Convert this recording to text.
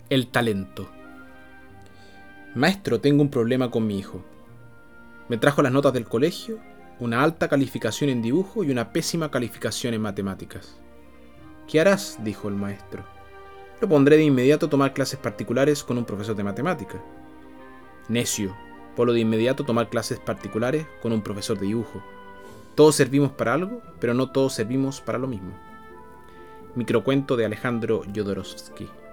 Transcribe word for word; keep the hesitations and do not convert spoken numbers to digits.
El talento. Maestro, tengo un problema con mi hijo. Me trajo las notas del colegio, una alta calificación en dibujo y una pésima calificación en matemáticas. ¿Qué harás?, dijo el maestro. Lo pondré de inmediato a tomar clases particulares con un profesor de matemáticas. Necio, ponlo de inmediato a tomar clases particulares con un profesor de dibujo. Todos servimos para algo, pero no todos servimos para lo mismo. Microcuento de Alejandro Jodorowsky.